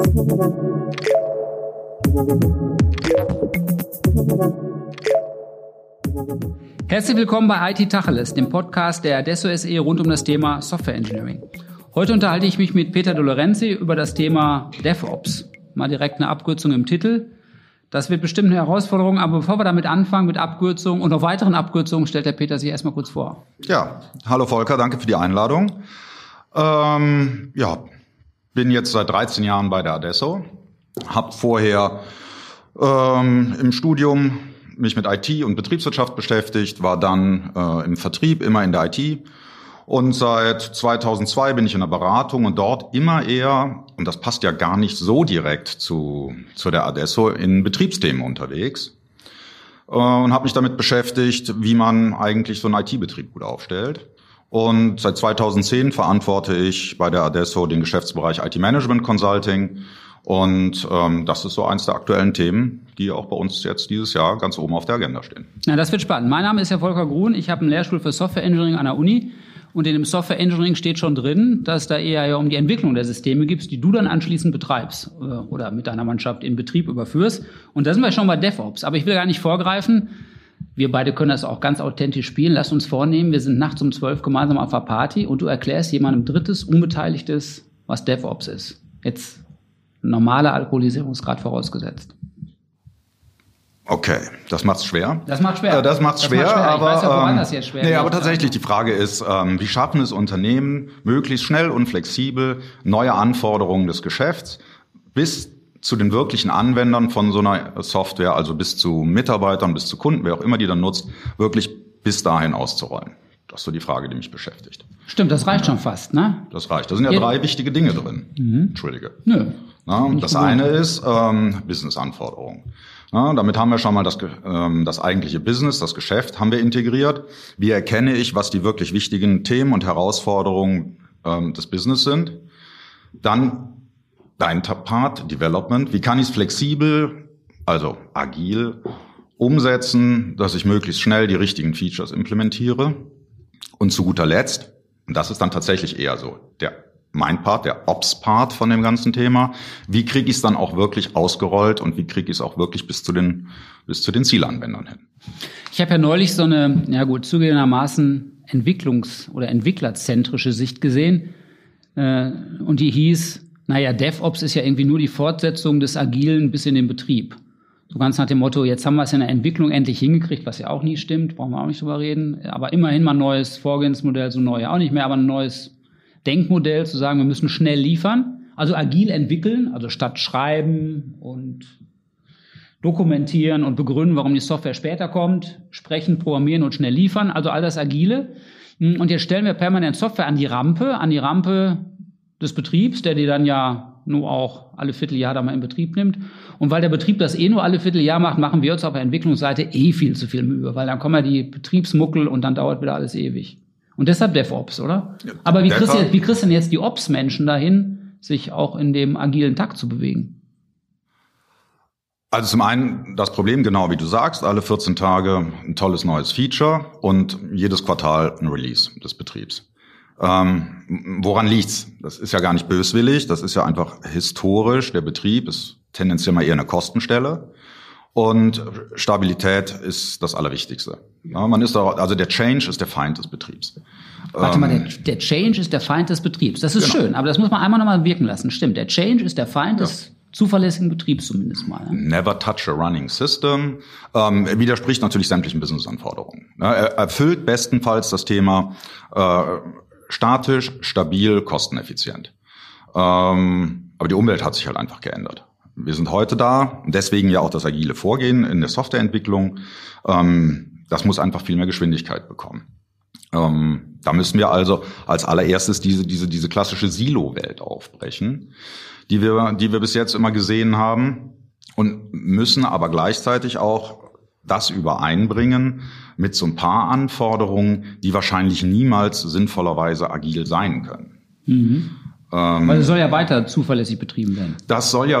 Herzlich willkommen bei IT Tacheles, dem Podcast der Adesso SE rund um das Thema Software Engineering. Heute unterhalte ich mich mit Peter De Lorenzi über das Thema DevOps. Mal direkt eine Abkürzung im Titel. Das wird bestimmt eine Herausforderung, aber bevor wir damit anfangen mit Abkürzungen und noch weiteren Abkürzungen, stellt der Peter sich erstmal kurz vor. Ja, hallo Volker, danke für die Einladung. Bin jetzt seit 13 Jahren bei der Adesso, habe vorher im Studium mich mit IT und Betriebswirtschaft beschäftigt, war dann im Vertrieb, immer in der IT. Und seit 2002 bin ich in der Beratung und dort immer eher, und das passt ja gar nicht so direkt zu der Adesso, in Betriebsthemen unterwegs. Und habe mich damit beschäftigt, wie man eigentlich so einen IT-Betrieb gut aufstellt. Und seit 2010 verantworte ich bei der Adesso den Geschäftsbereich IT-Management Consulting. Und das ist so eins der aktuellen Themen, die auch bei uns jetzt dieses Jahr ganz oben auf der Agenda stehen. Ja, das wird spannend. Mein Name ist ja Volker Grun. Ich habe einen Lehrstuhl für Software Engineering an der Uni. Und in dem Software Engineering steht schon drin, dass da eher ja um die Entwicklung der Systeme geht, die du dann anschließend betreibst oder mit deiner Mannschaft in Betrieb überführst. Und da sind wir schon bei DevOps. Aber ich will gar nicht vorgreifen. Wir beide können das auch ganz authentisch spielen. Lass uns vornehmen, wir sind nachts um 12 gemeinsam auf einer Party und du erklärst jemandem Drittes, Unbeteiligtes, was DevOps ist. Jetzt normaler Alkoholisierungsgrad vorausgesetzt. Okay, das macht's schwer. Das macht schwer. Das macht's schwer, aber ich weiß ja, woran das jetzt schwer ist. Aber tatsächlich, die Frage ist, wie schaffen es Unternehmen, möglichst schnell und flexibel neue Anforderungen des Geschäfts bis zu den wirklichen Anwendern von so einer Software, also bis zu Mitarbeitern, bis zu Kunden, wer auch immer die dann nutzt, wirklich bis dahin auszurollen. Das ist so die Frage, die mich beschäftigt. Stimmt, das reicht schon fast, ne? Das reicht. Da sind ja 3 wichtige Dinge drin. Entschuldige. Nö. Das eine ist Business-Anforderungen. Damit haben wir schon mal das eigentliche Business, das Geschäft, haben wir integriert. Wie erkenne ich, was die wirklich wichtigen Themen und Herausforderungen des Business sind? Dann dein Part, Development. Wie kann ich es flexibel, also agil, umsetzen, dass ich möglichst schnell die richtigen Features implementiere? Und zu guter Letzt, und das ist dann tatsächlich eher so mein Part, der Ops-Part von dem ganzen Thema. Wie kriege ich es dann auch wirklich ausgerollt und wie kriege ich es auch wirklich bis zu den Zielanwendern hin? Ich habe ja neulich so eine, zugegebenermaßen oder entwicklerzentrische Sicht gesehen. Und die hieß, DevOps ist ja irgendwie nur die Fortsetzung des Agilen bis in den Betrieb. So ganz nach dem Motto, jetzt haben wir es in der Entwicklung endlich hingekriegt, was ja auch nie stimmt, brauchen wir auch nicht drüber reden. Aber immerhin mal ein neues Vorgehensmodell, so neu auch nicht mehr, aber ein neues Denkmodell, zu sagen, wir müssen schnell liefern, also agil entwickeln, also statt schreiben und dokumentieren und begründen, warum die Software später kommt, sprechen, programmieren und schnell liefern, also all das Agile. Und jetzt stellen wir permanent Software an die Rampe des Betriebs, der die dann ja nur auch alle Vierteljahr da mal in Betrieb nimmt. Und weil der Betrieb das nur alle Vierteljahr macht, machen wir uns auf der Entwicklungsseite viel zu viel Mühe, weil dann kommen ja die Betriebsmuckel und dann dauert wieder alles ewig. Und deshalb DevOps, oder? Ja, aber wie kriegst du denn jetzt die Ops-Menschen dahin, sich auch in dem agilen Takt zu bewegen? Also zum einen das Problem, genau wie du sagst, alle 14 Tage ein tolles neues Feature und jedes Quartal ein Release des Betriebs. Woran liegt's? Das ist ja gar nicht böswillig, das ist ja einfach historisch. Der Betrieb ist tendenziell mal eher eine Kostenstelle. Und Stabilität ist das Allerwichtigste. Ja, der Change ist der Feind des Betriebs. Warte mal, der Change ist der Feind des Betriebs. Das ist schön, aber das muss man einmal nochmal wirken lassen. Stimmt, der Change ist der Feind des zuverlässigen Betriebs zumindest mal. Ja. Never touch a running system. Widerspricht natürlich sämtlichen Businessanforderungen. Ja, er erfüllt bestenfalls das Thema statisch, stabil, kosteneffizient. Aber die Umwelt hat sich halt einfach geändert. Wir sind heute da, deswegen ja auch das agile Vorgehen in der Softwareentwicklung. Das muss einfach viel mehr Geschwindigkeit bekommen. Da müssen wir also als allererstes diese klassische Silo-Welt aufbrechen, die wir bis jetzt immer gesehen haben und müssen aber gleichzeitig auch das übereinbringen mit so ein paar Anforderungen, die wahrscheinlich niemals sinnvollerweise agil sein können. Mhm. Weil es soll ja weiter zuverlässig betrieben werden. Das soll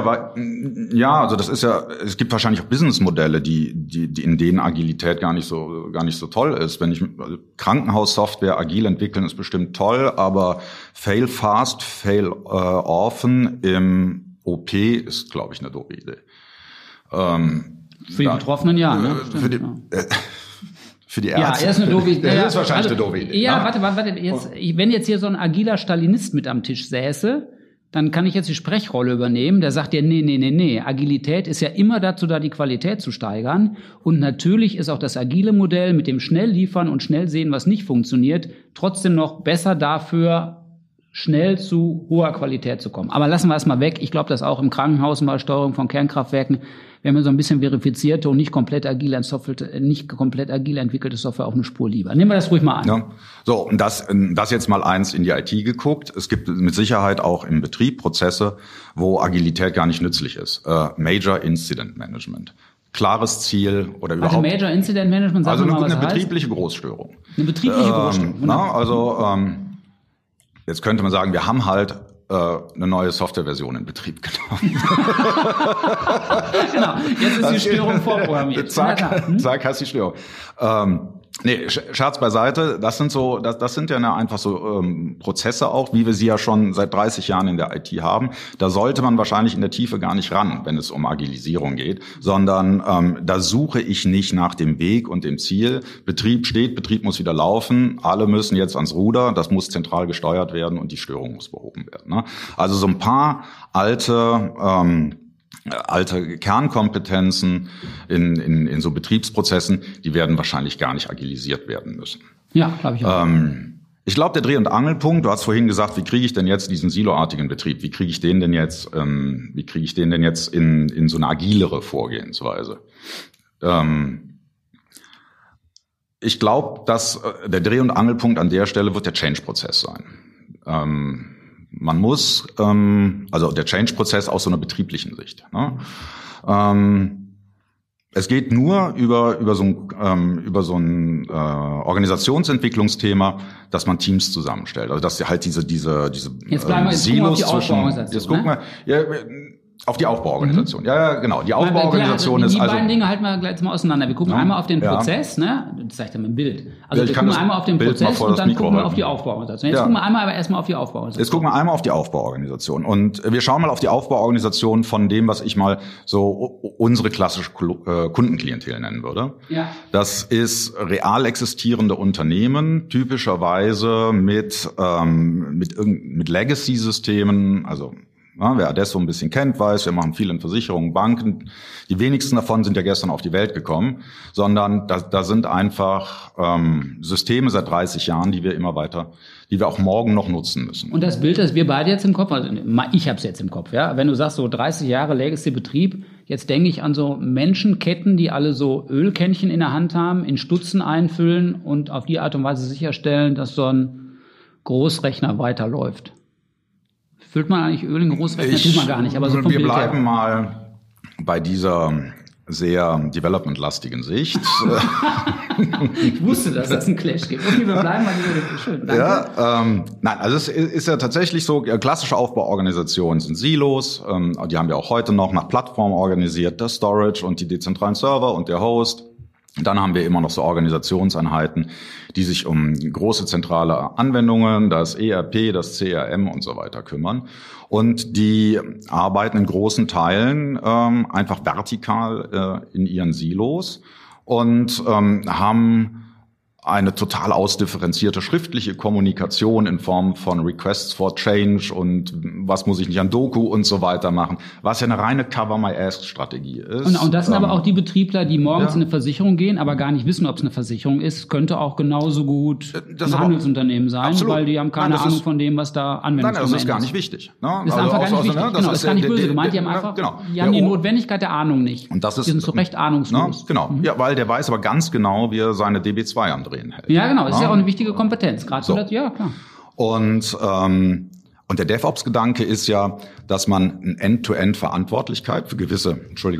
es gibt wahrscheinlich auch Businessmodelle, in denen Agilität gar nicht so toll ist. Wenn ich Krankenhaussoftware agil entwickeln, ist bestimmt toll, aber fail fast, fail often im OP ist, glaube ich, eine doofe Idee. Für die Betroffenen ja, ne? Für die Ärzte. Ja, ist eine doofe Idee. Das ist wahrscheinlich eine doofe Idee. Ja, ne? Warte. Wenn jetzt hier so ein agiler Stalinist mit am Tisch säße, dann kann ich jetzt die Sprechrolle übernehmen. Der sagt ja, nee. Agilität ist ja immer dazu da, die Qualität zu steigern. Und natürlich ist auch das agile Modell mit dem schnell liefern und schnell sehen, was nicht funktioniert, trotzdem noch besser dafür, schnell zu hoher Qualität zu kommen. Aber lassen wir es mal weg. Ich glaube, dass auch im Krankenhaus mal Steuerung von Kernkraftwerken, wenn man so ein bisschen verifizierte und nicht komplett agil entwickelte Software auf eine Spur lieber. Nehmen wir das ruhig mal an. Ja. So, und das jetzt mal eins in die IT geguckt. Es gibt mit Sicherheit auch im Betrieb Prozesse, wo Agilität gar nicht nützlich ist. Major Incident Management. Klares Ziel oder überhaupt. Also Major Incident Management, sagen wir mal, was eine heißt? betriebliche Großstörung. Eine betriebliche Großstörung. Jetzt könnte man sagen, wir haben halt eine neue Softwareversion in Betrieb genommen. Genau, jetzt ist die Störung vorprogrammiert. Zack, hast die Störung. Scherz beiseite, das sind ja einfach so Prozesse auch, wie wir sie ja schon seit 30 Jahren in der IT haben. Da sollte man wahrscheinlich in der Tiefe gar nicht ran, wenn es um Agilisierung geht, sondern da suche ich nicht nach dem Weg und dem Ziel. Betrieb steht, Betrieb muss wieder laufen, alle müssen jetzt ans Ruder, das muss zentral gesteuert werden und die Störung muss behoben werden. Ne? Also so ein paar alte Kernkompetenzen in so Betriebsprozessen, die werden wahrscheinlich gar nicht agilisiert werden müssen. Ja, glaube ich auch. Ich glaube, der Dreh- und Angelpunkt, du hast vorhin gesagt, wie kriege ich denn jetzt diesen siloartigen Betrieb? Wie kriege ich den denn jetzt in so eine agilere Vorgehensweise? Ich glaube, dass der Dreh- und Angelpunkt an der Stelle wird der Change-Prozess sein. Man muss, also der Change-Prozess aus so einer betrieblichen Sicht. Ne? Es geht nur über so ein Organisationsentwicklungsthema, dass man Teams zusammenstellt. Also dass halt diese jetzt bleiben wir Silos jetzt gucken wir auf die Aufbauorganisation. Ja, genau. Die Aufbauorganisation ist also. Die beiden Dinge halten wir gleich mal auseinander. Wir gucken einmal auf den Prozess, ne? Das zeigt er mit dem Bild. Also wir gucken einmal auf den Prozess und dann gucken wir auf die Aufbauorganisation. Jetzt gucken wir einmal aber erstmal auf die Aufbauorganisation. Jetzt gucken wir einmal auf die Aufbauorganisation. Und wir schauen mal auf die Aufbauorganisation von dem, was ich mal so unsere klassische Kundenklientel nennen würde. Ja. Das ist real existierende Unternehmen, typischerweise mit Legacy-Systemen, also wer Adesso ein bisschen kennt, weiß, wir machen viel in Versicherungen, Banken. Die wenigsten davon sind ja gestern auf die Welt gekommen, sondern da sind einfach Systeme seit 30 Jahren, die wir auch morgen noch nutzen müssen. Und das Bild, das wir beide jetzt im Kopf, also ich habe es jetzt im Kopf, ja. Wenn du sagst, so 30 Jahre Legacy-Betrieb, jetzt denke ich an so Menschenketten, die alle so Ölkännchen in der Hand haben, in Stutzen einfüllen und auf die Art und Weise sicherstellen, dass so ein Großrechner weiterläuft. Füllt man eigentlich Öl in Großrechner? Tut man gar nicht, aber so vom Wir bleiben mal bei dieser sehr development-lastigen Sicht. Ich wusste, dass das einen Clash gibt. Okay, wir bleiben bei dieser schön. Danke. Ja, nein, also es ist ja tatsächlich so, klassische Aufbauorganisationen sind Silos, die haben wir auch heute noch nach Plattform organisiert, das Storage und die dezentralen Server und der Host. Dann haben wir immer noch so Organisationseinheiten, die sich um große zentrale Anwendungen, das ERP, das CRM und so weiter kümmern. Und die arbeiten in großen Teilen einfach vertikal in ihren Silos und haben eine total ausdifferenzierte schriftliche Kommunikation in Form von Requests for Change und was muss ich nicht an Doku und so weiter machen, was ja eine reine Cover-My-Ask-Strategie ist. Und das sind aber auch die Betriebler, die morgens in eine Versicherung gehen, aber gar nicht wissen, ob es eine Versicherung ist. Könnte auch genauso gut ein Handelsunternehmen sein, absolut. Weil die haben keine Ahnung von dem, was da Anwendungsdomain ist. Nein, das ist gar nicht wichtig. Ne? Ist einfach gar nicht wichtig. Genau, das ist gar nicht böse gemeint. Die haben einfach, die haben die Notwendigkeit der Ahnung nicht. Und das ist, die sind zu Recht ahnungslos. Genau, ja, weil der weiß aber ganz genau, wie er seine DB2 andreht. Hält. Ja, genau. Das ist ja auch eine wichtige Kompetenz. Gerade so. Ja, klar. Und der DevOps-Gedanke ist ja, dass man eine End-to-End-Verantwortlichkeit für gewisse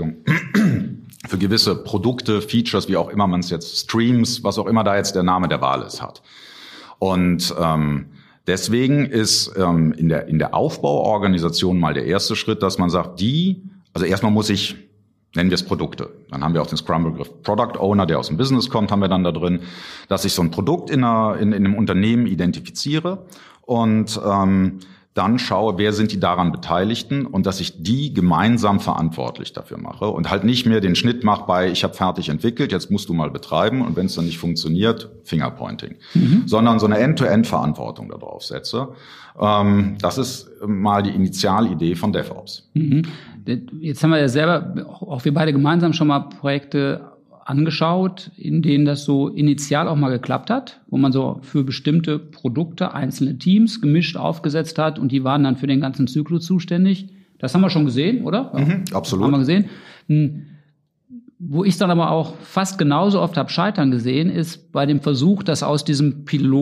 Produkte, Features, wie auch immer man es jetzt, Streams, was auch immer da jetzt der Name der Wahl ist, hat. Und deswegen ist in der Aufbauorganisation mal der erste Schritt, dass man sagt, also erstmal muss ich, nennen wir es Produkte. Dann haben wir auch den Scrum-Begriff Product Owner, der aus dem Business kommt, haben wir dann da drin, dass ich so ein Produkt in einem Unternehmen identifiziere und dann dann schaue, wer sind die daran Beteiligten und dass ich die gemeinsam verantwortlich dafür mache und halt nicht mehr den Schnitt mache bei, ich habe fertig entwickelt, jetzt musst du mal betreiben und wenn es dann nicht funktioniert, Fingerpointing, sondern so eine End-to-End-Verantwortung darauf setze. Das ist mal die Initialidee von DevOps. Jetzt haben wir ja selber, auch wir beide gemeinsam schon mal Projekte angeschaut, in denen das so initial auch mal geklappt hat, wo man so für bestimmte Produkte einzelne Teams gemischt aufgesetzt hat und die waren dann für den ganzen Zyklus zuständig. Das haben wir schon gesehen, oder? Absolut. Haben wir gesehen. Wo ich es dann aber auch fast genauso oft habe scheitern gesehen, ist bei dem Versuch, dass aus dieser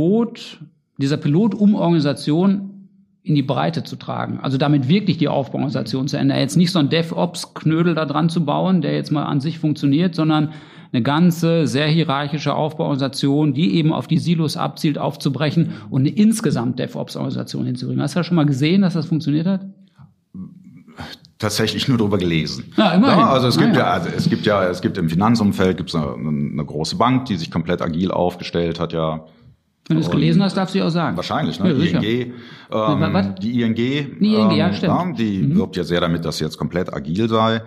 Pilotumorganisation in die Breite zu tragen. Also damit wirklich die Aufbauorganisation zu ändern. Jetzt nicht so ein DevOps-Knödel da dran zu bauen, der jetzt mal an sich funktioniert, sondern eine ganze, sehr hierarchische Aufbauorganisation, die eben auf die Silos abzielt, aufzubrechen und eine insgesamt DevOps-Organisation hinzubringen. Hast du ja schon mal gesehen, dass das funktioniert hat? Tatsächlich nur darüber gelesen. Ja, immerhin. Ja, also es gibt im Finanzumfeld eine große Bank, die sich komplett agil aufgestellt hat, ja. Wenn du es gelesen hast, darfst du ja auch sagen. Wahrscheinlich, ne? Ja, Die ING. Die ING, ja, stimmt. Die wirbt ja sehr damit, dass sie jetzt komplett agil sei.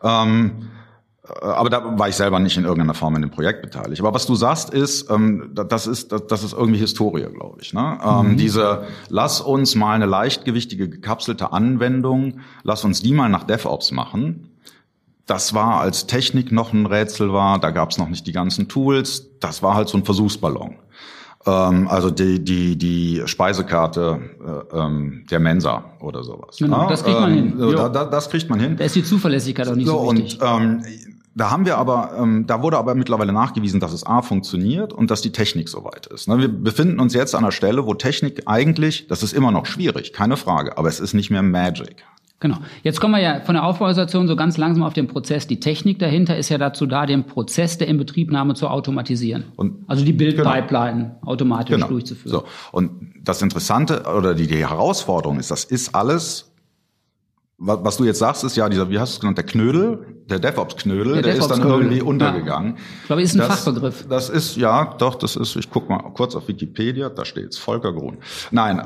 Aber da war ich selber nicht in irgendeiner Form in dem Projekt beteiligt. Aber was du sagst, ist, das ist irgendwie Historie, glaube ich. Ne? Lass uns mal eine leichtgewichtige, gekapselte Anwendung, lass uns die mal nach DevOps machen. Das war, als Technik noch ein Rätsel war, da gab es noch nicht die ganzen Tools. Das war halt so ein Versuchsballon. Also die Speisekarte der Mensa oder sowas. Genau, das kriegt man hin. Das kriegt man hin. Da ist die Zuverlässigkeit auch nicht so wichtig. Und da wurde aber mittlerweile nachgewiesen, dass es funktioniert und dass die Technik soweit ist. Wir befinden uns jetzt an einer Stelle, wo Technik eigentlich, das ist immer noch schwierig, keine Frage, aber es ist nicht mehr Magic. Genau. Jetzt kommen wir ja von der Aufbauorganisation so ganz langsam auf den Prozess. Die Technik dahinter ist ja dazu da, den Prozess der Inbetriebnahme zu automatisieren. Also die Build-Pipeline automatisch durchzuführen. So. Und das Interessante oder die Herausforderung ist, das ist alles, was du jetzt sagst, ist ja dieser, wie hast du es genannt, der Knödel, der DevOps-Knödel, der ist dann irgendwie untergegangen. Ja. Ich glaube, ist ein Fachbegriff. Das ist, ich guck mal kurz auf Wikipedia, da steht's, Volker Grun. Nein,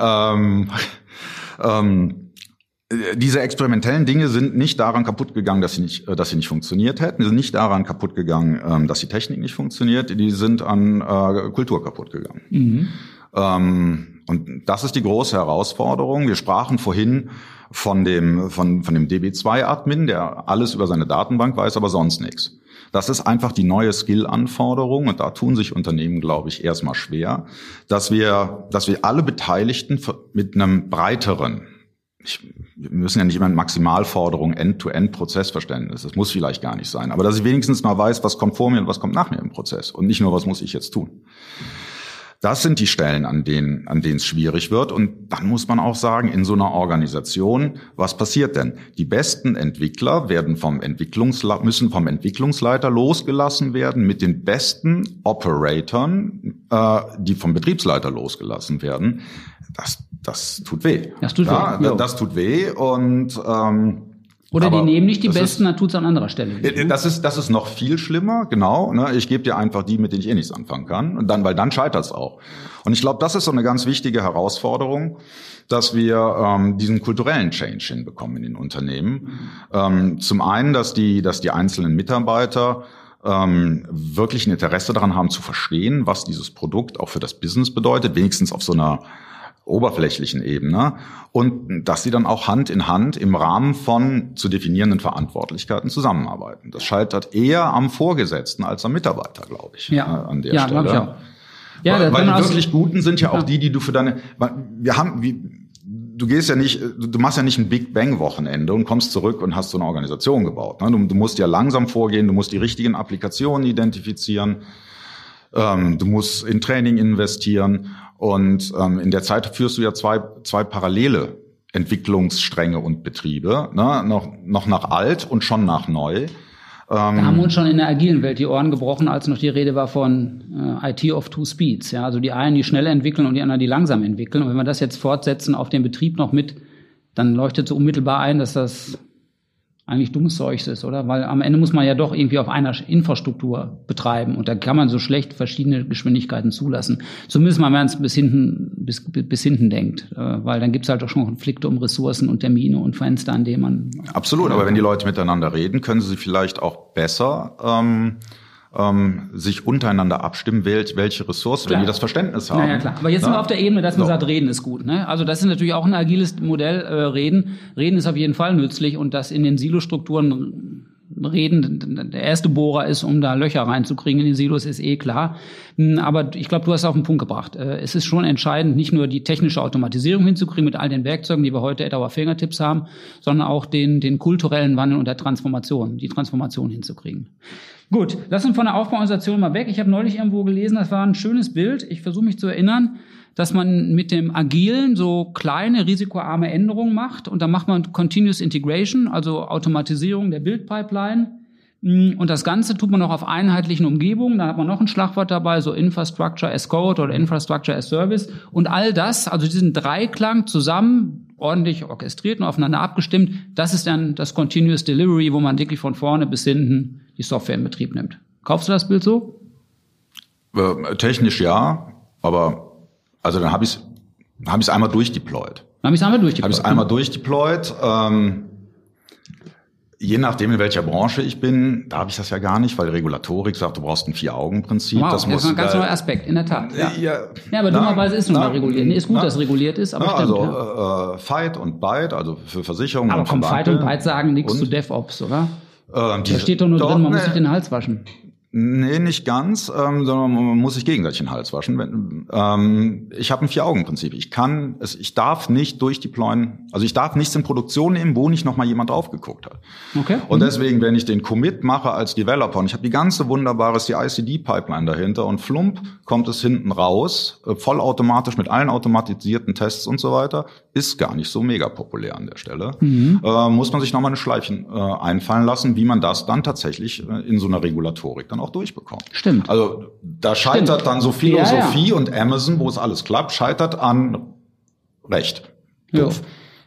diese experimentellen Dinge sind nicht daran kaputt gegangen, dass sie nicht funktioniert hätten. Die sind nicht daran kaputt gegangen, dass die Technik nicht funktioniert. Die sind an Kultur kaputt gegangen. Und das ist die große Herausforderung. Wir sprachen vorhin von dem DB2-Admin, der alles über seine Datenbank weiß, aber sonst nichts. Das ist einfach die neue Skill-Anforderung und da tun sich Unternehmen, glaube ich, erstmal schwer, dass wir alle Beteiligten mit einem breiteren, wir müssen ja nicht immer eine Maximalforderung, End-to-End-Prozessverständnis. Das muss vielleicht gar nicht sein. Aber dass ich wenigstens mal weiß, was kommt vor mir und was kommt nach mir im Prozess. Und nicht nur, was muss ich jetzt tun. Das sind die Stellen, an denen es schwierig wird. Und dann muss man auch sagen, in so einer Organisation, was passiert denn? Die besten Entwickler müssen vom Entwicklungsleiter losgelassen werden mit den besten Operatoren, die vom Betriebsleiter losgelassen werden. Das tut weh. Das tut weh. Das tut weh und oder die nehmen nicht die Besten, dann tut's an anderer Stelle. Das ist noch viel schlimmer, genau. Ne? Ich gebe dir einfach die, mit denen ich eh nichts anfangen kann. Und weil dann scheitert's auch. Und ich glaube, das ist so eine ganz wichtige Herausforderung, dass wir diesen kulturellen Change hinbekommen in den Unternehmen. Zum einen, dass die einzelnen Mitarbeiter wirklich ein Interesse daran haben zu verstehen, was dieses Produkt auch für das Business bedeutet, wenigstens auf so einer oberflächlichen Ebene, und dass sie dann auch Hand in Hand im Rahmen von zu definierenden Verantwortlichkeiten zusammenarbeiten. Das scheitert eher am Vorgesetzten als am Mitarbeiter, glaube ich, an der Stelle. Ja, glaube ich auch. Ja, weil die wirklich Guten sind ja auch die du für deine, du machst ja nicht ein Big Bang Wochenende und kommst zurück und hast so eine Organisation gebaut. Du musst ja langsam vorgehen, du musst die richtigen Applikationen identifizieren, du musst in Training investieren. Und in der Zeit führst du ja zwei parallele Entwicklungsstränge und Betriebe, ne? Noch nach alt und schon nach neu. Da haben wir uns schon in der agilen Welt die Ohren gebrochen, als noch die Rede war von IT of two speeds. Ja? Also die einen, die schnell entwickeln und die anderen, die langsam entwickeln. Und wenn wir das jetzt fortsetzen auf den Betrieb noch mit, dann leuchtet so unmittelbar ein, dass das eigentlich dummes Zeugs ist, oder? Weil am Ende muss man ja doch irgendwie auf einer Infrastruktur betreiben und da kann man so schlecht verschiedene Geschwindigkeiten zulassen. Zumindest mal, wenn man es bis hinten denkt, weil dann gibt's halt auch schon Konflikte um Ressourcen und Termine und Fenster, an denen man... Absolut, aber wenn die Leute miteinander reden, können sie vielleicht auch besser sich untereinander abstimmen, welche Ressource, wenn die das Verständnis haben. Ja, klar. Aber jetzt sind wir auf der Ebene, dass man sagt, reden ist gut. Ne? Also das ist natürlich auch ein agiles Modell, Reden. Reden ist auf jeden Fall nützlich und das in den Silostrukturen Reden der erste Bohrer ist, um da Löcher reinzukriegen in den Silos, ist klar. Aber ich glaube, du hast auf den Punkt gebracht. Es ist schon entscheidend, nicht nur die technische Automatisierung hinzukriegen mit all den Werkzeugen, die wir heute at our fingertips haben, sondern auch den kulturellen Wandel und die Transformation hinzukriegen. Gut, lass uns von der Aufbauorganisation mal weg. Ich habe neulich irgendwo gelesen, das war ein schönes Bild. Ich versuche mich zu erinnern, dass man mit dem Agilen so kleine, risikoarme Änderungen macht. Und dann macht man Continuous Integration, also Automatisierung der Build-Pipeline. Und das Ganze tut man noch auf einheitlichen Umgebungen. Da hat man noch ein Schlagwort dabei, so Infrastructure as Code oder Infrastructure as Service. Und all das, also diesen Dreiklang zusammen, ordentlich orchestriert und aufeinander abgestimmt, das ist dann das Continuous Delivery, wo man wirklich von vorne bis hinten die Software in Betrieb nimmt. Kaufst du das Bild so? Technisch ja, aber also dann habe ich es einmal durchdeployed. Je nachdem, in welcher Branche ich bin, da habe ich das ja gar nicht, weil die Regulatorik sagt, du brauchst ein 4-Augen-Prinzip. Wow, das ist ein ganz neuer Aspekt, in der Tat. Ja, aber dummerweise ist es nun mal reguliert. Ist gut, dass es reguliert ist, aber stimmt. Also Fight und Byte, also für Versicherungen. Aber komm, Fight und Byte sagen nichts zu DevOps, oder? Da steht doch nur drin, man muss sich den Hals waschen. Nee, nicht ganz, sondern man muss sich gegenseitig den Hals waschen. Ich habe ein 4-Augen-Prinzip. Ich darf nicht durchdeployen, also ich darf nichts in Produktion nehmen, wo nicht nochmal jemand drauf geguckt hat. Okay. Und deswegen, wenn ich den Commit mache als Developer und ich habe die ganze wunderbare CI/CD-Pipeline dahinter und flump kommt es hinten raus, vollautomatisch mit allen automatisierten Tests und so weiter, ist gar nicht so mega populär an der Stelle. Muss man sich nochmal eine Schleifchen einfallen lassen, wie man das dann tatsächlich in so einer Regulatorik dann auch durchbekommt. Stimmt. Also da scheitert dann so Philosophie und Amazon, wo es alles klappt, scheitert an Recht. Doof.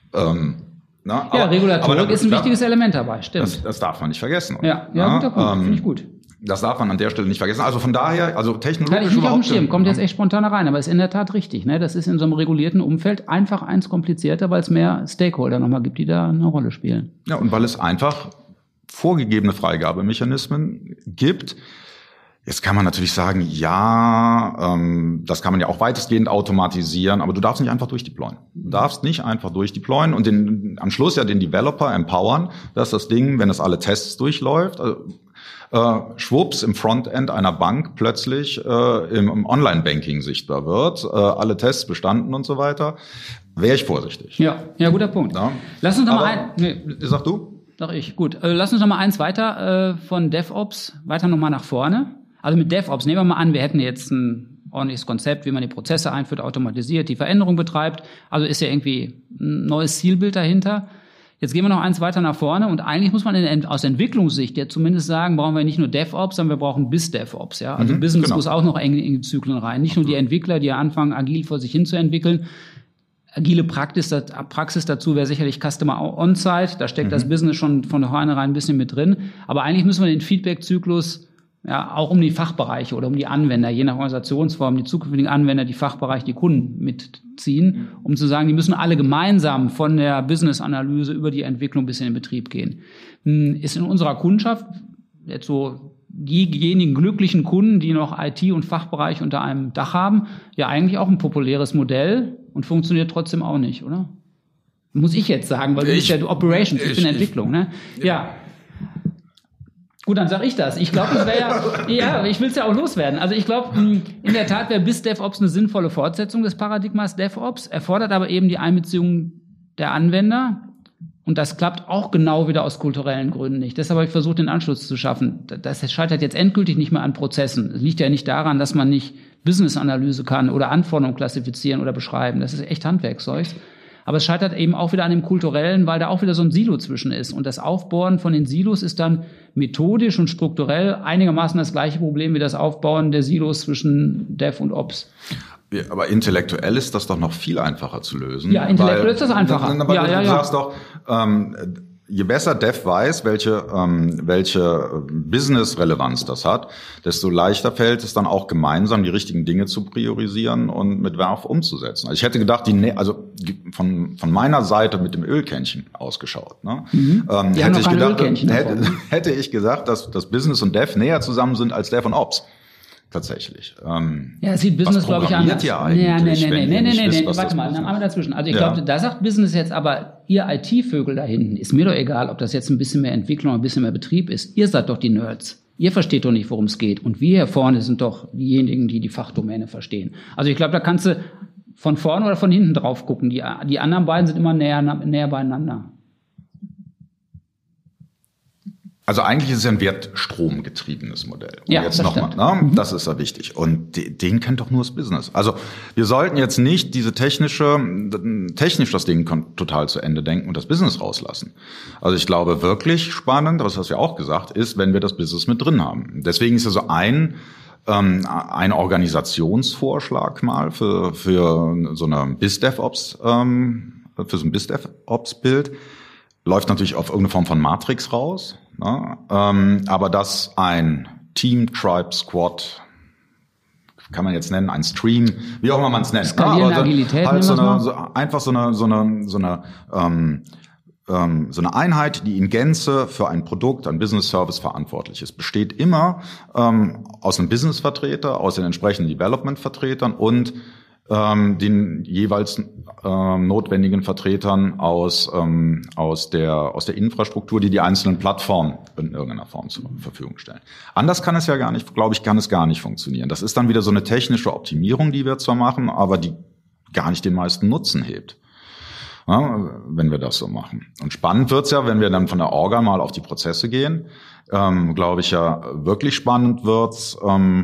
Regulatorik ist ein wichtiges Element dabei, stimmt. Das darf man nicht vergessen. Ja, guter Punkt, finde ich gut. Das darf man an der Stelle nicht vergessen. Also von daher, also technologisch nicht auf dem Schirm, kommt jetzt echt spontan rein, aber ist in der Tat richtig. Ne? Das ist in so einem regulierten Umfeld einfach eins komplizierter, weil es mehr Stakeholder nochmal gibt, die da eine Rolle spielen. Ja, und weil es einfach vorgegebene Freigabemechanismen gibt. Jetzt kann man natürlich sagen, das kann man ja auch weitestgehend automatisieren, aber du darfst nicht einfach durchdeployen. Und am Schluss ja den Developer empowern, dass das Ding, wenn es alle Tests durchläuft, schwupps im Frontend einer Bank plötzlich im Online-Banking sichtbar wird, alle Tests bestanden und so weiter. Wäre ich vorsichtig. Ja, guter Punkt. Ja. Lass uns noch mal Sag du? Sag ich, gut. Lass uns noch mal eins weiter von DevOps, weiter noch mal nach vorne. Also mit DevOps, nehmen wir mal an, wir hätten jetzt ein ordentliches Konzept, wie man die Prozesse einführt, automatisiert, die Veränderung betreibt. Also ist ja irgendwie ein neues Zielbild dahinter. Jetzt gehen wir noch eins weiter nach vorne und eigentlich muss man aus Entwicklungssicht ja zumindest sagen, brauchen wir nicht nur DevOps, sondern wir brauchen BizDevOps. Ja? Also Business muss auch noch eng in die Zyklen rein. Nicht nur die Entwickler, die anfangen, agil vor sich hin zu entwickeln. Agile Praxis dazu wäre sicherlich Customer On-Site. Da steckt das Business schon von vornherein ein bisschen mit drin. Aber eigentlich müssen wir den Feedback-Zyklus auch um die Fachbereiche oder um die Anwender, je nach Organisationsform, die zukünftigen Anwender, die Fachbereiche, die Kunden mitziehen, um zu sagen, die müssen alle gemeinsam von der Business-Analyse über die Entwicklung bis in den Betrieb gehen. Ist in unserer Kundschaft jetzt so diejenigen glücklichen Kunden, die noch IT und Fachbereich unter einem Dach haben, ja eigentlich auch ein populäres Modell und funktioniert trotzdem auch nicht, oder? Muss ich jetzt sagen, weil du bist ja Operations, ich bin Entwicklung, ne? Ja. Gut, dann sage ich das. Ich glaube, es wäre ich will es ja auch loswerden. Also ich glaube, in der Tat wäre BizDevOps eine sinnvolle Fortsetzung des Paradigmas DevOps, erfordert aber eben die Einbeziehung der Anwender. Und das klappt auch genau wieder aus kulturellen Gründen nicht. Deshalb habe ich versucht, den Anschluss zu schaffen. Das scheitert jetzt endgültig nicht mehr an Prozessen. Es liegt ja nicht daran, dass man nicht Business-Analyse kann oder Anforderungen klassifizieren oder beschreiben. Das ist echt Handwerkszeug. Aber es scheitert eben auch wieder an dem Kulturellen, weil da auch wieder so ein Silo zwischen ist. Und das Aufbauen von den Silos ist dann methodisch und strukturell einigermaßen das gleiche Problem wie das Aufbauen der Silos zwischen Dev und Ops. Ja, aber intellektuell ist das doch noch viel einfacher zu lösen. Ja, intellektuell ist das einfacher. Aber du sagst doch, je besser Dev weiß, welche Business-Relevanz das hat, desto leichter fällt es dann auch gemeinsam, die richtigen Dinge zu priorisieren und mit Werf umzusetzen. Also ich hätte gedacht, von meiner Seite mit dem Ölkännchen ausgeschaut, ne? Hätte ich gesagt, dass das Business und Dev näher zusammen sind als Dev und Ops. Tatsächlich. Es sieht Business, glaube ich, anders. Nee, warte mal, einmal dazwischen. Also ich glaube, da sagt Business jetzt aber, ihr IT-Vögel da hinten, ist mir doch egal, ob das jetzt ein bisschen mehr Entwicklung, ein bisschen mehr Betrieb ist. Ihr seid doch die Nerds. Ihr versteht doch nicht, worum es geht. Und wir hier vorne sind doch diejenigen, die die Fachdomäne verstehen. Also ich glaube, da kannst du von vorne oder von hinten drauf gucken. Die anderen beiden sind immer näher beieinander. Also eigentlich ist es ja ein wertstromgetriebenes Modell. Und ja, jetzt nochmal, das ist ja wichtig. Und den kennt doch nur das Business. Also wir sollten jetzt nicht technisch das Ding total zu Ende denken und das Business rauslassen. Also ich glaube wirklich spannend, das hast du ja auch gesagt, ist, wenn wir das Business mit drin haben. Deswegen ist ja so ein Organisationsvorschlag mal für so eine BizDevOps, für so ein BizDevOps-Bild. Läuft natürlich auf irgendeine Form von Matrix raus, ne? Aber dass ein Team, Tribe, Squad, kann man jetzt nennen, ein Stream, wie auch immer man es nennt. Skalierende Agilität, halt so eine Einheit, die in Gänze für ein Produkt, ein Business Service verantwortlich ist, besteht immer aus einem Business-Vertreter, aus den entsprechenden Development-Vertretern und den jeweils notwendigen Vertretern aus der Infrastruktur, die einzelnen Plattformen in irgendeiner Form zur Verfügung stellen. Anders kann es ja gar nicht, glaube ich, kann es gar nicht funktionieren. Das ist dann wieder so eine technische Optimierung, die wir zwar machen, aber die gar nicht den meisten Nutzen hebt, ja, wenn wir das so machen. Und spannend wird's ja, wenn wir dann von der Orga mal auf die Prozesse gehen. Glaube ich ja, wirklich spannend wird's.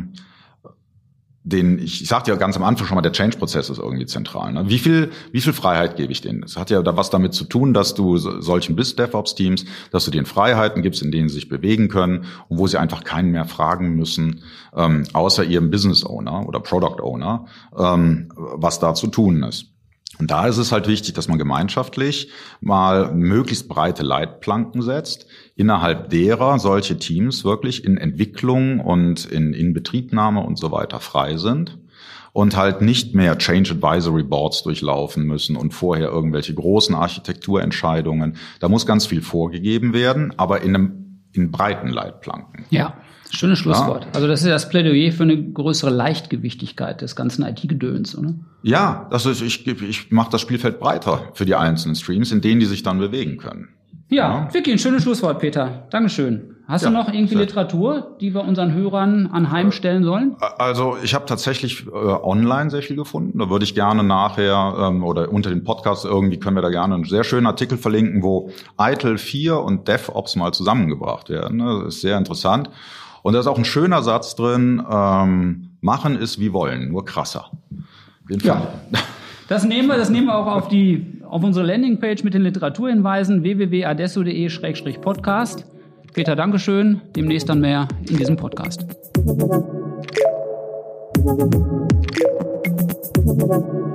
Ich sagte ja ganz am Anfang schon mal, der Change-Prozess ist irgendwie zentral. Ne? Wie viel Freiheit gebe ich denen? Das hat ja da was damit zu tun, dass du solchen BizDevOps-Teams, dass du denen Freiheiten gibst, in denen sie sich bewegen können und wo sie einfach keinen mehr fragen müssen, außer ihrem Business-Owner oder Product-Owner, was da zu tun ist. Und da ist es halt wichtig, dass man gemeinschaftlich mal möglichst breite Leitplanken setzt, innerhalb derer solche Teams wirklich in Entwicklung und in Betriebnahme und so weiter frei sind und halt nicht mehr Change Advisory Boards durchlaufen müssen und vorher irgendwelche großen Architekturentscheidungen. Da muss ganz viel vorgegeben werden, aber in breiten Leitplanken. Ja. Schönes Schlusswort. Ja. Also das ist das Plädoyer für eine größere Leichtgewichtigkeit des ganzen IT-Gedöns, oder? Ja, ich mache das Spielfeld breiter für die einzelnen Streams, in denen die sich dann bewegen können. Ja, wirklich ein schönes Schlusswort, Peter. Dankeschön. Hast du noch irgendwie Literatur, die wir unseren Hörern anheimstellen sollen? Also ich habe tatsächlich online sehr viel gefunden. Da würde ich gerne nachher oder unter dem Podcast irgendwie können wir da gerne einen sehr schönen Artikel verlinken, wo ITIL 4 und DevOps mal zusammengebracht werden. Das ist sehr interessant. Und da ist auch ein schöner Satz drin, machen ist wie wollen, nur krasser. Ja, das nehmen wir auch auf unsere Landingpage mit den Literaturhinweisen www.adesso.de/podcast. Peter, Dankeschön. Demnächst dann mehr in diesem Podcast.